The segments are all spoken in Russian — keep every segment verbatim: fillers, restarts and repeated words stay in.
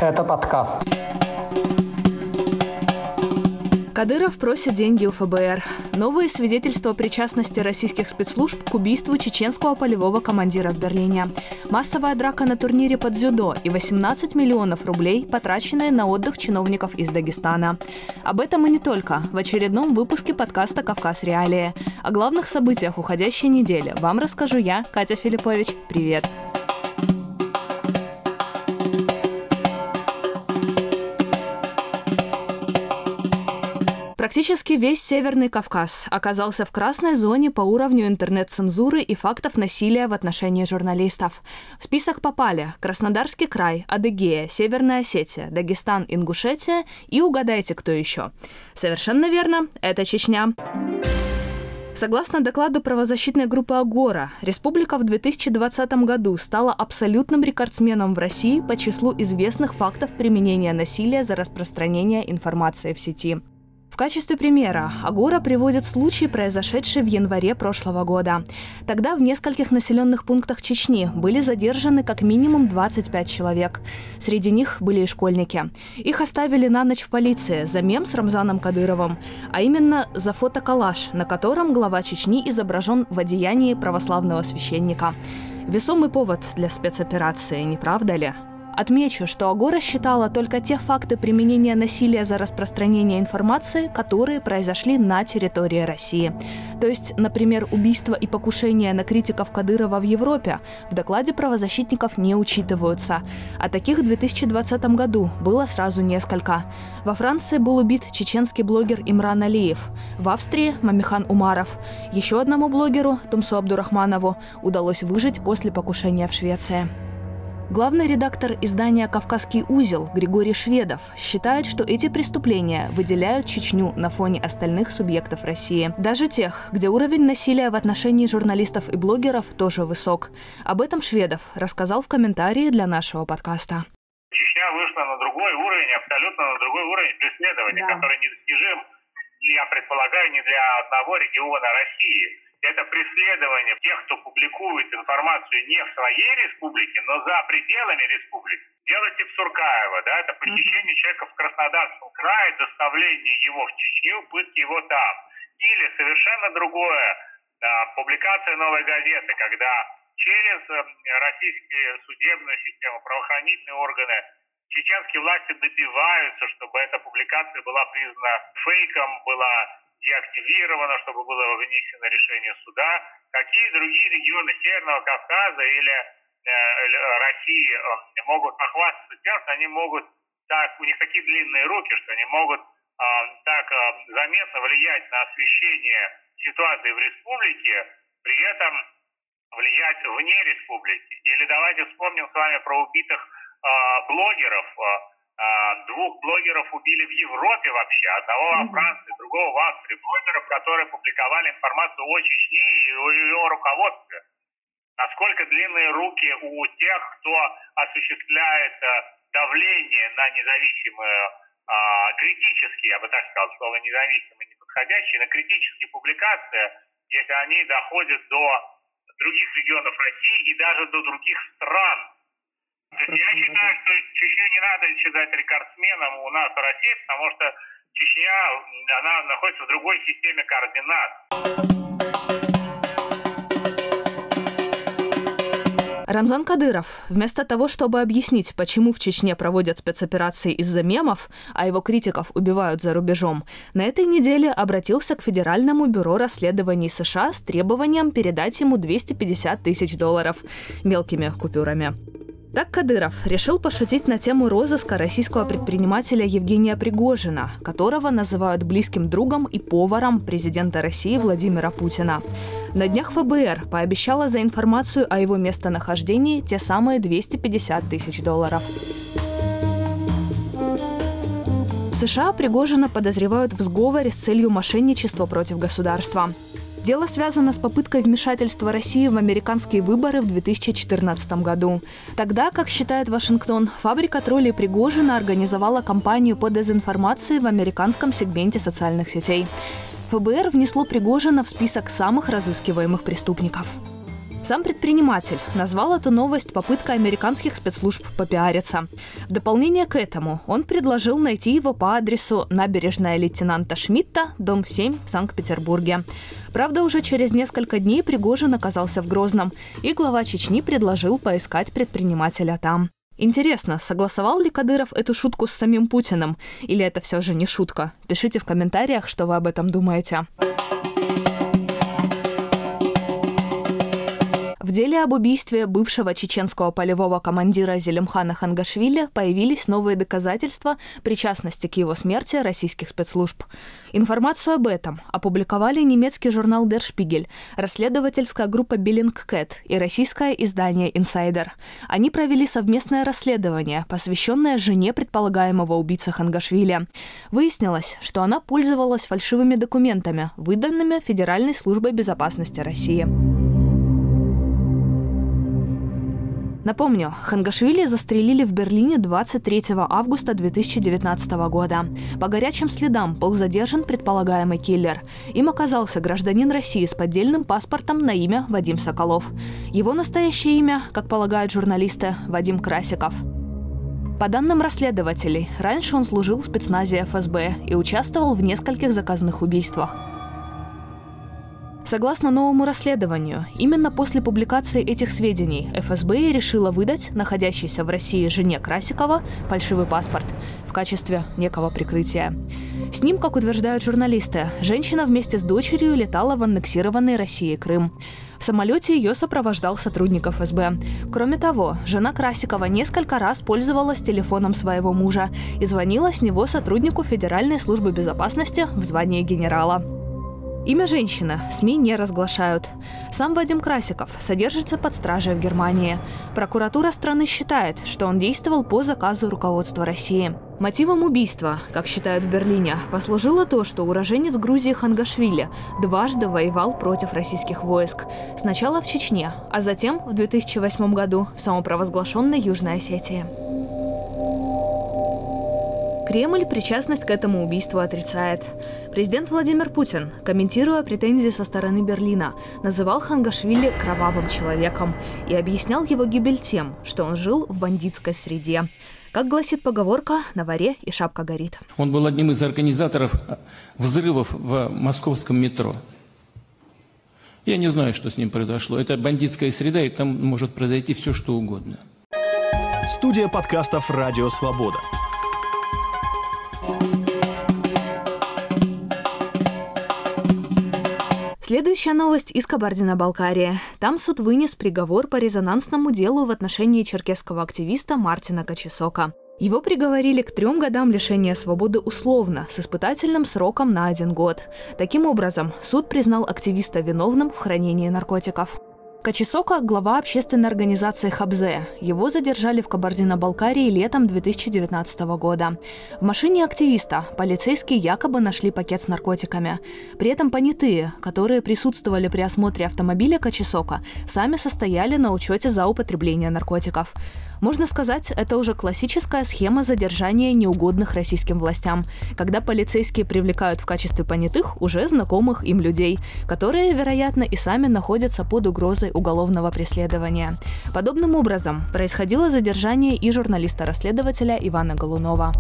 Это подкаст. Кадыров просит деньги у эф бэ эр. Новые свидетельства причастности российских спецслужб к убийству чеченского полевого командира в Берлине. Массовая драка на турнире по дзюдо и восемнадцать миллионов рублей, потраченные на отдых чиновников из Дагестана. Об этом и не только. В очередном выпуске подкаста «Кавказ. Реалии». О главных событиях уходящей недели вам расскажу я, Катя Филиппович. Привет! Практически весь Северный Кавказ оказался в красной зоне по уровню интернет-цензуры и фактов насилия в отношении журналистов. В список попали Краснодарский край, Адыгея, Северная Осетия, Дагестан, Ингушетия и угадайте, кто еще. Совершенно верно, это Чечня. Согласно докладу правозащитной группы «Агора», республика в две тысячи двадцатом году стала абсолютным рекордсменом в России по числу известных фактов применения насилия за распространение информации в сети. В качестве примера Агора приводит случай, произошедший в январе прошлого года. Тогда в нескольких населенных пунктах Чечни были задержаны как минимум двадцать пять человек. Среди них были и школьники. Их оставили на ночь в полиции за мем с Рамзаном Кадыровым, а именно за фотоколлаж, на котором глава Чечни изображен в одеянии православного священника. Весомый повод для спецоперации, не правда ли? Отмечу, что Агора считала только те факты применения насилия за распространение информации, которые произошли на территории России. То есть, например, убийство и покушение на критиков Кадырова в Европе в докладе правозащитников не учитываются. А таких в две тысячи двадцатом году было сразу несколько. Во Франции был убит чеченский блогер Имран Алиев. В Австрии – Мамихан Умаров. Еще одному блогеру, Тумсу Абдурахманову, удалось выжить после покушения в Швеции. Главный редактор издания «Кавказский узел» Григорий Шведов считает, что эти преступления выделяют Чечню на фоне остальных субъектов России. Даже тех, где уровень насилия в отношении журналистов и блогеров тоже высок. Об этом Шведов рассказал в комментарии для нашего подкаста. Чечня вышла на другой уровень, абсолютно на другой уровень преследования, да. который недостижим, я предполагаю, не для одного региона России. Это преследование тех, кто публикует информацию не в своей республике, но за пределами республики. Дело типа Суркаева, да, это похищение человека в Краснодарском крае, доставление его в Чечню, пытки его там. Или совершенно другое, да, публикация «Новой газеты», когда через российскую судебную систему, правоохранительные органы, чеченские власти добиваются, чтобы эта публикация была признана фейком, была деактивировано, чтобы было вынесено решение суда. Какие другие регионы Северного Кавказа или э, России э, могут похвастаться тем, что они могут так, у них такие длинные руки, что они могут э, так э, заметно влиять на освещение ситуации в республике, при этом влиять вне республики. Или давайте вспомним с вами про убитых э, блогеров. Двух блогеров убили в Европе вообще, одного во Франции, другого в Австрии. Блогеров, которые публиковали информацию о Чечне и о ее руководстве. Насколько длинные руки у тех, кто осуществляет давление на независимые, критические, я бы так сказал, слово независимые неподходящие, на критические публикации, если они доходят до других регионов России и даже до других стран. То есть я считаю, что Чечню не надо считать рекордсменом у нас в России, потому что Чечня, она находится в другой системе координат. Рамзан Кадыров, вместо того, чтобы объяснить, почему в Чечне проводят спецоперации из-за мемов, а его критиков убивают за рубежом, на этой неделе обратился к Федеральному бюро расследований США с требованием передать ему двести пятьдесят тысяч долларов мелкими купюрами. Так Кадыров решил пошутить на тему розыска российского предпринимателя Евгения Пригожина, которого называют близким другом и поваром президента России Владимира Путина. На днях эф бэ эр пообещала за информацию о его местонахождении те самые двести пятьдесят тысяч долларов. В США Пригожина подозревают в сговоре с целью мошенничества против государства. Дело связано с попыткой вмешательства России в американские выборы в две тысячи четырнадцатом году. Тогда, как считает Вашингтон, фабрика троллей Пригожина организовала кампанию по дезинформации в американском сегменте социальных сетей. эф бэ эр внесло Пригожина в список самых разыскиваемых преступников. Сам предприниматель назвал эту новость попыткой американских спецслужб попиариться. В дополнение к этому он предложил найти его по адресу набережная лейтенанта Шмидта, дом семь в Санкт-Петербурге. Правда, уже через несколько дней Пригожин оказался в Грозном, и глава Чечни предложил поискать предпринимателя там. Интересно, согласовал ли Кадыров эту шутку с самим Путиным? Или это все же не шутка? Пишите в комментариях, что вы об этом думаете. В деле об убийстве бывшего чеченского полевого командира Зелимхана Хангашвили появились новые доказательства причастности к его смерти российских спецслужб. Информацию об этом опубликовали немецкий журнал Der Spiegel, расследовательская группа Bellingcat и российское издание Insider. Они провели совместное расследование, посвященное жене предполагаемого убийцы Хангашвили. Выяснилось, что она пользовалась фальшивыми документами, выданными Федеральной службой безопасности России. Напомню, Хангашвили застрелили в Берлине двадцать третьего августа две тысячи девятнадцатого года. По горячим следам был задержан предполагаемый киллер. Им оказался гражданин России с поддельным паспортом на имя Вадим Соколов. Его настоящее имя, как полагают журналисты, Вадим Красиков. По данным расследователей, раньше он служил в спецназе эф эс бэ и участвовал в нескольких заказных убийствах. Согласно новому расследованию, именно после публикации этих сведений эф эс бэ решила выдать находящейся в России жене Красикова фальшивый паспорт в качестве некого прикрытия. С ним, как утверждают журналисты, женщина вместе с дочерью летала в аннексированный Россией Крым. В самолете ее сопровождал сотрудник эф эс бэ. Кроме того, жена Красикова несколько раз пользовалась телефоном своего мужа и звонила с него сотруднику Федеральной службы безопасности в звании генерала. Имя женщины СМИ не разглашают. Сам Вадим Красиков содержится под стражей в Германии. Прокуратура страны считает, что он действовал по заказу руководства России. Мотивом убийства, как считают в Берлине, послужило то, что уроженец Грузии Хангашвили дважды воевал против российских войск. Сначала в Чечне, а затем в две тысячи восьмом году в самопровозглашенной Южной Осетии. Кремль причастность к этому убийству отрицает. Президент Владимир Путин, комментируя претензии со стороны Берлина, называл Хангашвили кровавым человеком и объяснял его гибель тем, что он жил в бандитской среде. Как гласит поговорка, на воре и шапка горит. Он был одним из организаторов взрывов в московском метро. Я не знаю, что с ним произошло. Это бандитская среда, и там может произойти все, что угодно. Студия подкастов «Радио Свобода». Следующая новость из Кабардино-Балкарии. Там суд вынес приговор по резонансному делу в отношении черкесского активиста Мартина Качесока. Его приговорили к трем годам лишения свободы условно, с испытательным сроком на один год. Таким образом, суд признал активиста виновным в хранении наркотиков. Качесока – глава общественной организации «Хабзе». Его задержали в Кабардино-Балкарии летом две тысячи девятнадцатого года. В машине активиста полицейские якобы нашли пакет с наркотиками. При этом понятые, которые присутствовали при осмотре автомобиля Качесока, сами состояли на учете за употребление наркотиков. Можно сказать, это уже классическая схема задержания неугодных российским властям, когда полицейские привлекают в качестве понятых уже знакомых им людей, которые, вероятно, и сами находятся под угрозой уголовного преследования. Подобным образом происходило задержание и журналиста-расследователя Ивана Голунова.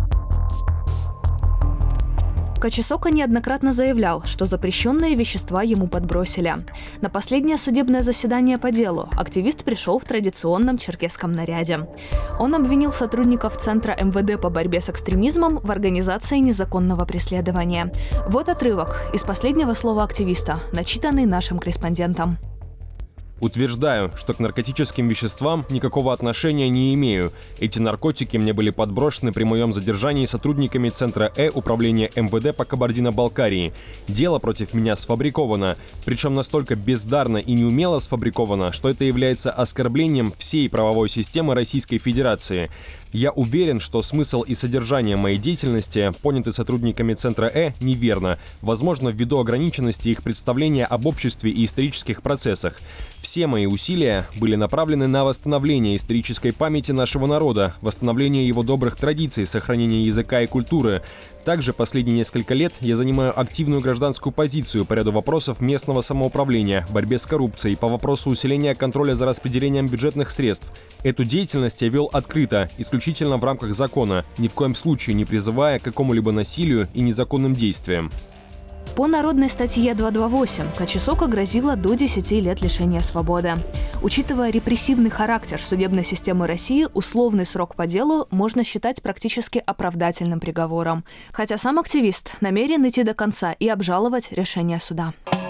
Качесока неоднократно заявлял, что запрещенные вещества ему подбросили. На последнее судебное заседание по делу активист пришел в традиционном черкесском наряде. Он обвинил сотрудников Центра эм вэ дэ по борьбе с экстремизмом в организации незаконного преследования. Вот отрывок из последнего слова активиста, начитанный нашим корреспондентом. Утверждаю, что к наркотическим веществам никакого отношения не имею. Эти наркотики мне были подброшены при моем задержании сотрудниками Центра Э управления эм вэ дэ по Кабардино-Балкарии. Дело против меня сфабриковано, причем настолько бездарно и неумело сфабриковано, что это является оскорблением всей правовой системы Российской Федерации. Я уверен, что смысл и содержание моей деятельности, поняты сотрудниками Центра Э, неверно, возможно, ввиду ограниченности их представления об обществе и исторических процессах. Все мои усилия были направлены на восстановление исторической памяти нашего народа, восстановление его добрых традиций, сохранение языка и культуры. Также последние несколько лет я занимаю активную гражданскую позицию по ряду вопросов местного самоуправления, борьбе с коррупцией, по вопросу усиления контроля за распределением бюджетных средств. Эту деятельность я вел открыто, исключительно в рамках закона, ни в коем случае не призывая к какому-либо насилию и незаконным действиям. По народной статье двести двадцать восемь Качесока грозило до десяти лет лишения свободы. Учитывая репрессивный характер судебной системы России, условный срок по делу можно считать практически оправдательным приговором. Хотя сам активист намерен идти до конца и обжаловать решение суда.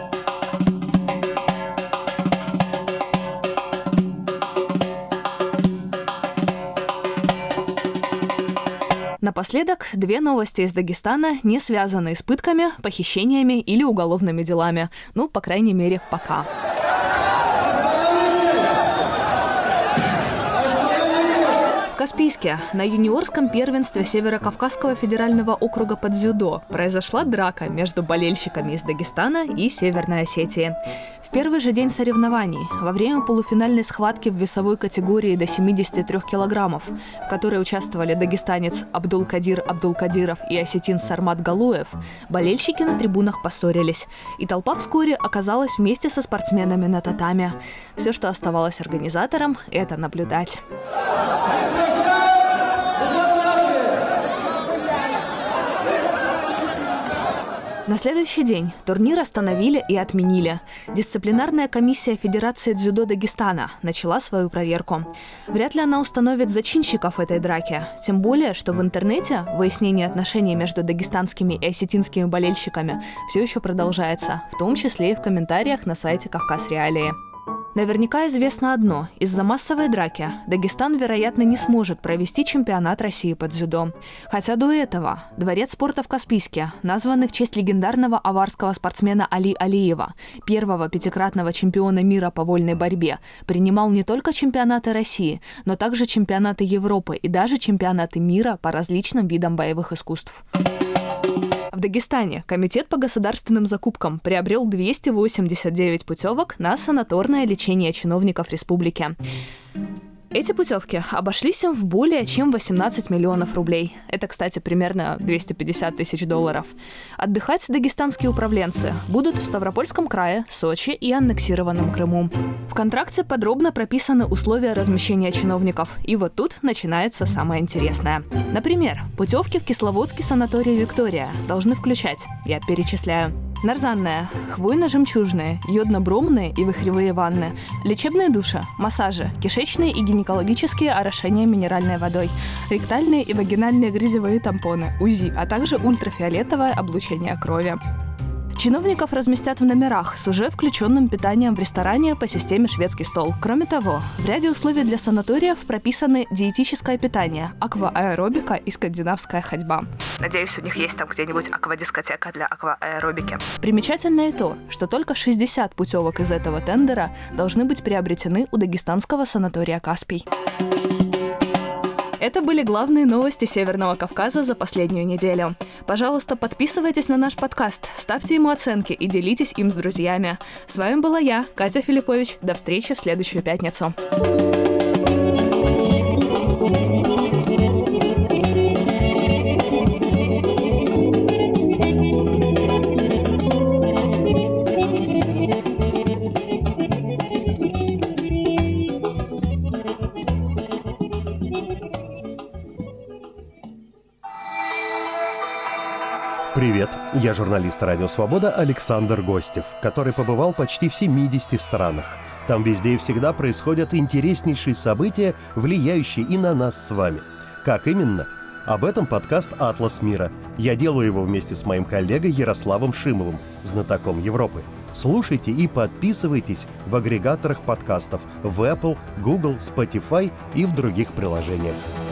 Напоследок, две новости из Дагестана, не связанные с пытками, похищениями или уголовными делами. Ну, по крайней мере, пока. В Каспийске на юниорском первенстве Северо-Кавказского федерального округа по дзюдо произошла драка между болельщиками из Дагестана и Северной Осетии. В первый же день соревнований, во время полуфинальной схватки в весовой категории до семидесяти трёх килограммов, в которой участвовали дагестанец Абдулкадир Абдулкадиров и осетин Сармат Галуев, болельщики на трибунах поссорились, и толпа вскоре оказалась вместе со спортсменами на татами. Все, что оставалось организаторам, это наблюдать. На следующий день турнир остановили и отменили. Дисциплинарная комиссия Федерации дзюдо Дагестана начала свою проверку. Вряд ли она установит зачинщиков этой драки. Тем более, что в интернете выяснение отношений между дагестанскими и осетинскими болельщиками все еще продолжается, в том числе и в комментариях на сайте «Кавказ Реалии». Наверняка известно одно – из-за массовой драки Дагестан, вероятно, не сможет провести чемпионат России по дзюдо. Хотя до этого Дворец спорта в Каспийске, названный в честь легендарного аварского спортсмена Али Алиева, первого пятикратного чемпиона мира по вольной борьбе, принимал не только чемпионаты России, но также чемпионаты Европы и даже чемпионаты мира по различным видам боевых искусств. В Дагестане Комитет по государственным закупкам приобрел двести восемьдесят девять путевок на санаторное лечение чиновников республики. Эти путевки обошлись им в более чем восемнадцать миллионов рублей. Это, кстати, примерно двести пятьдесят тысяч долларов. Отдыхать дагестанские управленцы будут в Ставропольском крае, Сочи и аннексированном Крыму. В контракте подробно прописаны условия размещения чиновников. И вот тут начинается самое интересное. Например, путевки в Кисловодский санаторий «Виктория» должны включать, я перечисляю, нарзанная, хвойно-жемчужные, йодно-бромные и вихревые ванны, лечебные души, массажи, кишечные и гинекологические орошения минеральной водой, ректальные и вагинальные грязевые тампоны, УЗИ, а также ультрафиолетовое облучение крови. Чиновников разместят в номерах с уже включенным питанием в ресторане по системе «Шведский стол». Кроме того, в ряде условий для санаториев прописаны диетическое питание, аквааэробика и скандинавская ходьба. Надеюсь, у них есть там где-нибудь аквадискотека для аквааэробики. Примечательно и то, что только шестьдесят путевок из этого тендера должны быть приобретены у дагестанского санатория «Каспий». Это были главные новости Северного Кавказа за последнюю неделю. Пожалуйста, подписывайтесь на наш подкаст, ставьте ему оценки и делитесь им с друзьями. С вами была я, Катя Филиппович. До встречи в следующую пятницу. Привет, я журналист «Радио Свобода» Александр Гостев, который побывал почти в семидесяти странах. Там везде и всегда происходят интереснейшие события, влияющие и на нас с вами. Как именно? Об этом подкаст «Атлас мира». Я делаю его вместе с моим коллегой Ярославом Шимовым, знатоком Европы. Слушайте и подписывайтесь в агрегаторах подкастов в Apple, Google, Spotify и в других приложениях.